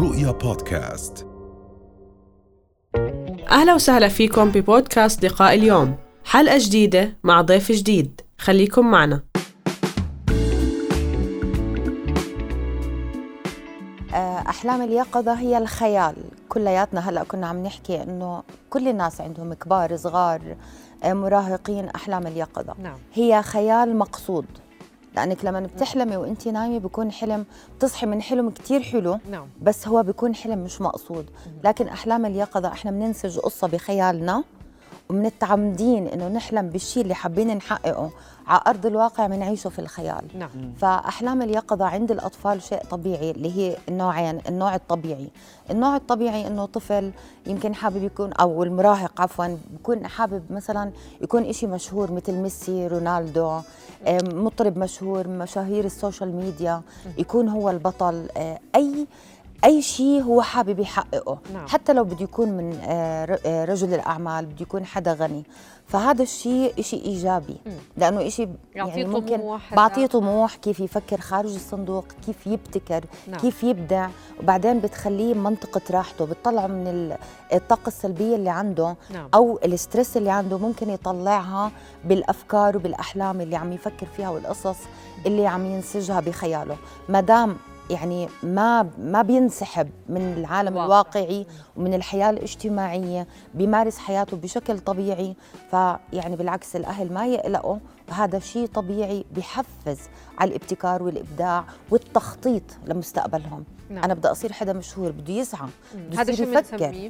رؤيا بودكاست. أهلا وسهلا فيكم ببودكاست لقاء اليوم، حلقة جديدة مع ضيف جديد، خليكم معنا. أحلام اليقظة هي الخيال. كلياتنا هلأ كنا عم نحكي إنه كل الناس عندهم كبار صغار مراهقين أحلام اليقظة. نعم. هي خيال مقصود، لأنك لما بتحلمي وإنتي نايمة بيكون حلم، بتصحي من حلم كتير حلو. نعم. بس هو بيكون حلم مش مقصود. لكن أحلام اليقظة إحنا بننسج قصة بخيالنا ومنتعمدين إنه نحلم بالشيء اللي حابين نحققه على أرض الواقع بنعيشه في الخيال. نعم. فأحلام اليقظة عند الأطفال شيء طبيعي، اللي هي النوعين. النوع الطبيعي إنه طفل يمكن حابب يكون، أو المراهق عفواً، بيكون حابب مثلاً يكون إشي مشهور مثل ميسي، رونالدو، مطرب مشهور، مشاهير السوشيال ميديا، يكون هو البطل. أي شيء هو حابب يحققه. نعم. حتى لو بده يكون من رجل الأعمال، بده يكون حدا غني، فهذا الشيء إشي إيجابي، لأنه إشي يعني ممكن بعطيه طموح، كيف يفكر خارج الصندوق، كيف يبتكر. نعم. كيف يبدع، وبعدين بتخليه منطقة راحته، بتطلعه من الطاقة السلبية اللي عنده. نعم. أو الاسترس اللي عنده، ممكن يطلعها بالأفكار وبالأحلام اللي عم يفكر فيها والقصص اللي عم ينسجها بخياله. مادام يعني ما بينسحب من العالم الواقعي ومن الحياة الاجتماعية، بيمارس حياته بشكل طبيعي. فيعني بالعكس الأهل ما يقلقوا، وهذا شيء طبيعي بيحفز على الابتكار والإبداع والتخطيط لمستقبلهم. نعم. أنا بدي أصير حدا مشهور، بده يسعى، بده هذا يصير شيء يفكر.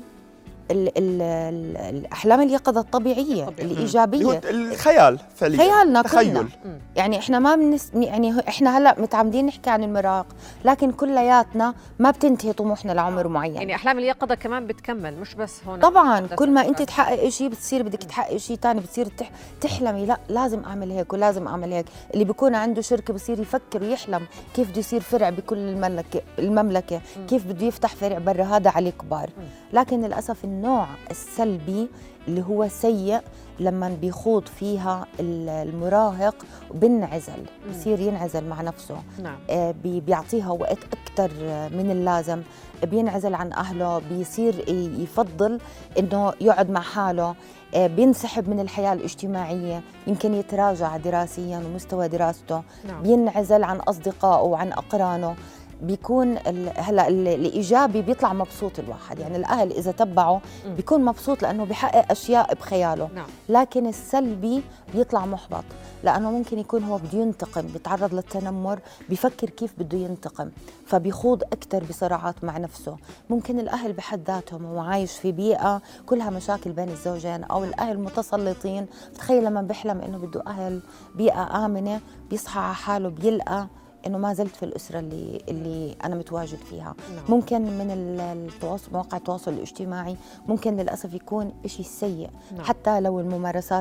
الأحلام اليقظة الطبيعية الإيجابية، الخيال فعليا، خيالنا تخيل كلنا. يعني إحنا ما يعني إحنا هلأ متعمدين نحكي عن المراهق، لكن كلياتنا ما بتنتهي طموحنا لعمر معين. يعني أحلام اليقظة كمان بتكمل، مش بس هون. طبعاً كل ما أنت تحقق شيء بتصير بدك تحقق شيء تاني، بتصير تحلمي، لا لازم أعمل هيك ولازم أعمل هيك. اللي بيكون عنده شركة بصير يفكر ويحلم كيف بده يصير فرع بكل المملكة، كيف بده يفتح فرع برا، هذا عليه كبار. لكن للأسف النوع السلبي اللي هو سيء لما بيخوض فيها المراهق وبنعزل، بصير ينعزل مع نفسه. نعم. بيعطيها وقت أكتر من اللازم، بينعزل عن أهله، بيصير يفضل إنه يقعد مع حاله، بينسحب من الحياة الاجتماعية، يمكن يتراجع دراسياً ومستوى دراسته. نعم. بينعزل عن أصدقائه وعن أقرانه. بيكون هلا الإيجابي بيطلع مبسوط الواحد، يعني الأهل إذا تبعه بيكون مبسوط لأنه بيحقق أشياء بخياله. نعم. لكن السلبي بيطلع محبط، لأنه ممكن يكون هو بده ينتقم، بيتعرض للتنمر، بيفكر كيف بده ينتقم، فبيخوض أكتر بصراعات مع نفسه. ممكن الأهل بحد ذاتهم هو عايش في بيئة كلها مشاكل بين الزوجين، أو الأهل متسلطين. تخيل لما بيحلم إنه بده أهل بيئة آمنة، بيصحى على حاله بيلقى إنه ما زلت في الأسرة اللي أنا متواجد فيها. نعم. ممكن من التواصل، مواقع التواصل الاجتماعي، ممكن للأسف يكون إشي سيء. نعم. حتى لو الممارسات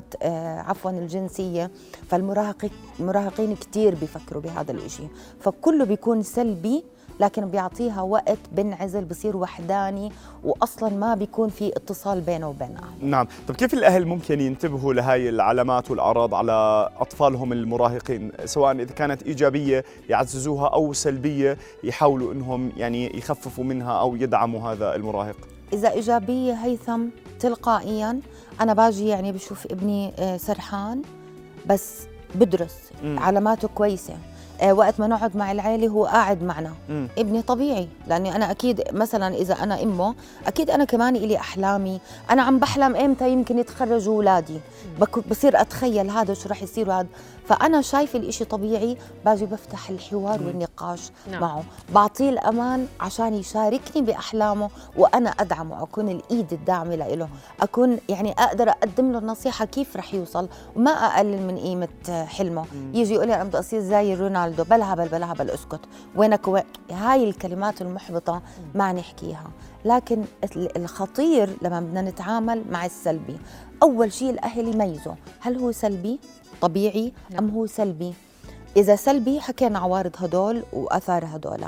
الجنسية، فالمراهقين كتير بيفكروا بهذا الإشي، فكله بيكون سلبي، لكن بيعطيها وقت، بنعزل، بصير وحداني، وأصلاً ما بيكون في اتصال بينه وبين أهله. نعم. طب كيف الأهل ممكن ينتبهوا لهاي العلامات والأعراض على أطفالهم المراهقين، سواء إذا كانت إيجابية يعززوها أو سلبية يحاولوا إنهم يعني يخففوا منها أو يدعموا هذا المراهق؟ إذا إيجابية هيثم، تلقائياً أنا باجي يعني بشوف ابني سرحان بس بدرس، علاماته كويسة. وقت ما نقعد مع العائلة هو قاعد معنا. ابني طبيعي، لأني أنا أكيد مثلا إذا أنا أمه، أكيد أنا كمان إلي أحلامي. أنا عم بحلم إمتى يمكن يتخرجوا أولادي، بصير أتخيل هذا شو رح يصير وهذا. فأنا شايف الإشي طبيعي، باجي بفتح الحوار والنقاش معه، بعطيه الأمان عشان يشاركني بأحلامه وأنا أدعمه، أكون الإيد الداعمة له، أكون يعني أقدر أقدم له النصيحة كيف رح يوصل، وما أقلل من قيمة حلمه. يجي يقول لي أنا بدي أصير زي رونالدو، بلا هبل اسكت، وينك هاي الكلمات المحبطة ما نحكيها. لكن الخطير لما بدنا نتعامل مع السلبي، أول شيء الأهل يميزوا هل هو سلبي طبيعي أم هو سلبي. إذا سلبي حكينا عوارض هدول وأثار هدول.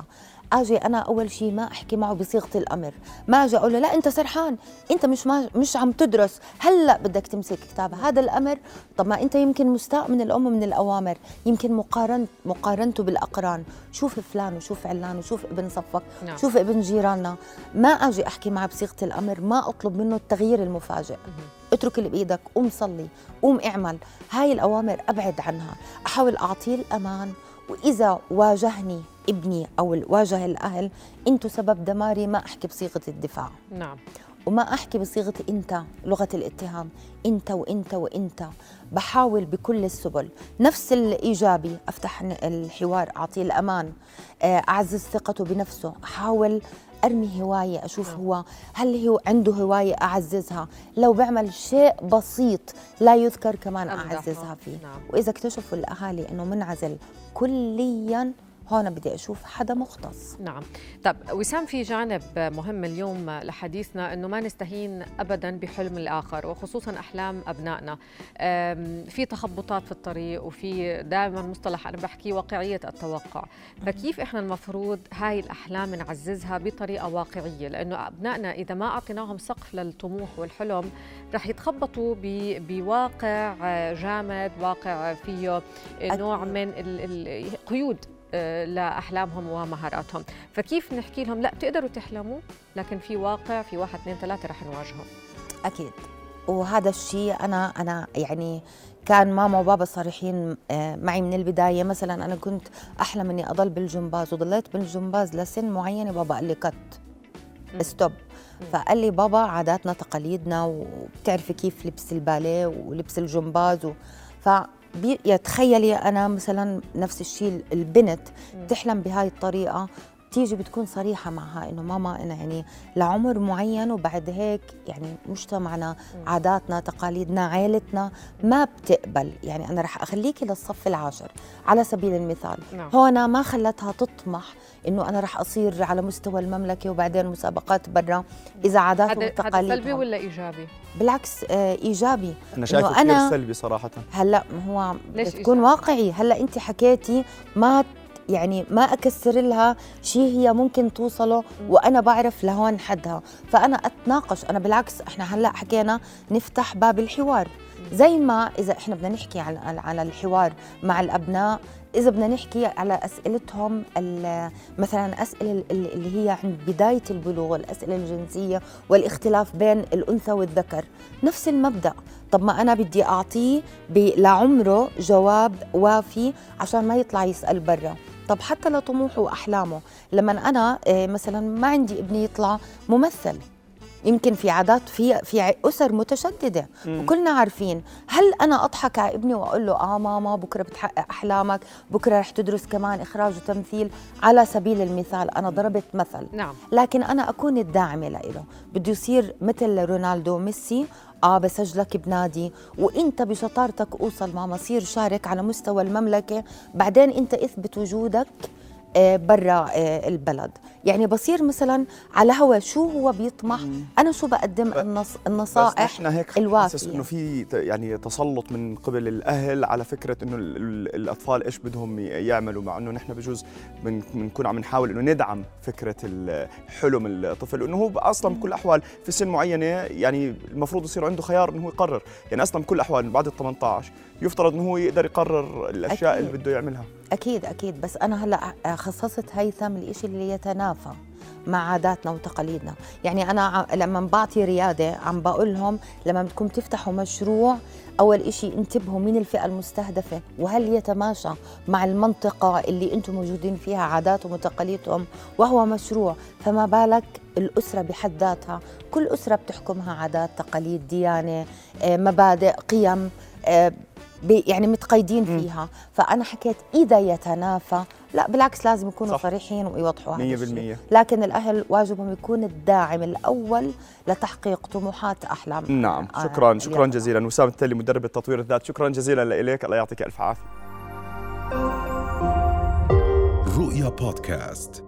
اجي انا اول شيء ما احكي معه بصيغه الامر، ما اجي اقول له لا انت سرحان، انت مش عم تدرس، هلا بدك تمسك كتاب، هذا الامر. طب ما انت يمكن مستاء من الام من الاوامر، يمكن مقارنته بالاقران، شوف فلان وشوف علان وشوف ابن صفك، شوف ابن جيراننا. ما اجي احكي معه بصيغه الامر، ما اطلب منه التغيير المفاجئ. اترك اللي بايدك، قوم صلي، قوم اعمل. هاي الاوامر ابعد عنها، احاول اعطيه الامان. واذا واجهني ابني او واجه الاهل انتوا سبب دماري، ما احكي بصيغه الدفاع. نعم. وما احكي بصيغه انت، لغه الاتهام، انت وانت وانت. بحاول بكل السبل، نفس الايجابي، افتح الحوار، اعطيه الامان، اعزز ثقته بنفسه، احاول ارمي هوايه، اشوف هو هل هو عنده هوايه اعززها، لو بعمل شيء بسيط لا يذكر كمان اعززها فيه. واذا اكتشفوا الاهالي انه منعزل كليا، هون بدي أشوف حدا مختص. نعم. طب وسام، في جانب مهم اليوم لحديثنا، أنه ما نستهين أبداً بحلم الآخر، وخصوصاً أحلام أبنائنا. في تخبطات في الطريق، وفي دائماً مصطلح أنا بحكي واقعية التوقع. فكيف إحنا المفروض هاي الأحلام نعززها بطريقة واقعية؟ لأنه أبنائنا إذا ما أعطيناهم سقف للطموح والحلم رح يتخبطوا بواقع جامد، واقع فيه نوع من القيود لأحلامهم ومهاراتهم. فكيف نحكي لهم لا تقدروا تحلموا، لكن في واقع، في 1 2 3 رح نواجهه؟ أكيد. وهذا الشيء أنا يعني كان ماما وبابا صريحين معي من البداية. مثلا أنا كنت أحلم إني أضل بالجمباز، وضليت بالجمباز لسن معين، بابا قال لي كت ستوب. فقال لي بابا عاداتنا تقاليدنا، وبتعرفي كيف لبس الباليه ولبس الجمباز تخيلي أنا مثلا نفس الشيء، البنت تحلم بهاي الطريقة، تيجي بتكون صريحة معها إنه ماما أنا يعني لعمر معين، وبعد هيك يعني مجتمعنا، عاداتنا، تقاليدنا، عائلتنا ما بتقبل، يعني أنا رح أخليكي للصف العاشر على سبيل المثال. هون ما خلتها تطمح إنه أنا رح أصير على مستوى المملكة وبعدين مسابقات برا. إذا عادات وتقاليد، هذا سلبي ولا إيجابي؟ بالعكس إيجابي. أنا شايفه كثير سلبي صراحة. هلا هو تكون واقعي. هلا أنت حكيتي ما يعني ما أكسر لها شيء هي ممكن توصله، وأنا بعرف لهون حدها، فأنا أتناقش. أنا بالعكس إحنا هلأ حكينا نفتح باب الحوار، زي ما إذا إحنا بدنا نحكي على الحوار مع الأبناء، إذا بدنا نحكي على أسئلتهم، مثلا أسئلة اللي هي عند بداية البلوغ، الأسئلة الجنسية والاختلاف بين الأنثى والذكر، نفس المبدأ. طب ما أنا بدي أعطيه لعمره جواب وافي عشان ما يطلع يسأل برا. طب حتى لطموحه وأحلامه، لما أنا مثلا ما عندي ابني يطلع ممثل، يمكن في عادات في أسر متشددة وكلنا عارفين، هل أنا أضحك على ابني وأقول له ماما بكرة بتحقق أحلامك، بكرة رح تدرس كمان إخراج وتمثيل؟ على سبيل المثال أنا ضربت مثل. نعم. لكن أنا أكون الداعمة له. بده يصير مثل رونالدو ميسي، بسجلك بنادي، وانت بشطارتك اوصل ماما، صير شارك على مستوى المملكة، بعدين انت اثبت وجودك برا البلد. يعني بصير مثلا على هوا شو هو بيطمح، انا شو بقدم النصائح احنا هيك الوافية. انه في يعني تسلط من قبل الاهل على فكره انه الاطفال ايش بدهم يعملوا، مع انه نحن بجوز بنكون عم نحاول انه ندعم فكره حلم الطفل، انه هو اصلا بكل الاحوال في سن معينه يعني المفروض يصير عنده خيار انه هو يقرر. يعني اصلا بكل الاحوال بعد ال 18 يفترض انه هو يقدر يقرر الاشياء أكيد. اللي بده يعملها. اكيد. بس انا هلا خصصت هيثم الإشي اللي يتنافى مع عاداتنا وتقاليدنا. يعني أنا لما بعطي ريادة عم بقول لهم لما بدكم تفتحوا مشروع، أول إشي انتبهوا مين الفئة المستهدفة، وهل يتماشى مع المنطقة اللي أنتم موجودين فيها عاداتهم وتقاليدهم، وهو مشروع. فما بالك الأسرة بحد ذاتها، كل أسرة بتحكمها عادات، تقاليد، ديانة، مبادئ، قيم، يعني متقيدين فيها. فأنا حكيت إذا يتنافى، لا بالعكس لازم يكونوا صريحين ويوضحوا هذا الشيء. لكن الأهل واجبهم يكون الداعم الأول لتحقيق طموحات أحلام. نعم. شكرا جزيلا وسام التلي، مدرب التطوير الذات. شكرا جزيلا لك، الله يعطيك ألف عافية. رؤيا بودكاست.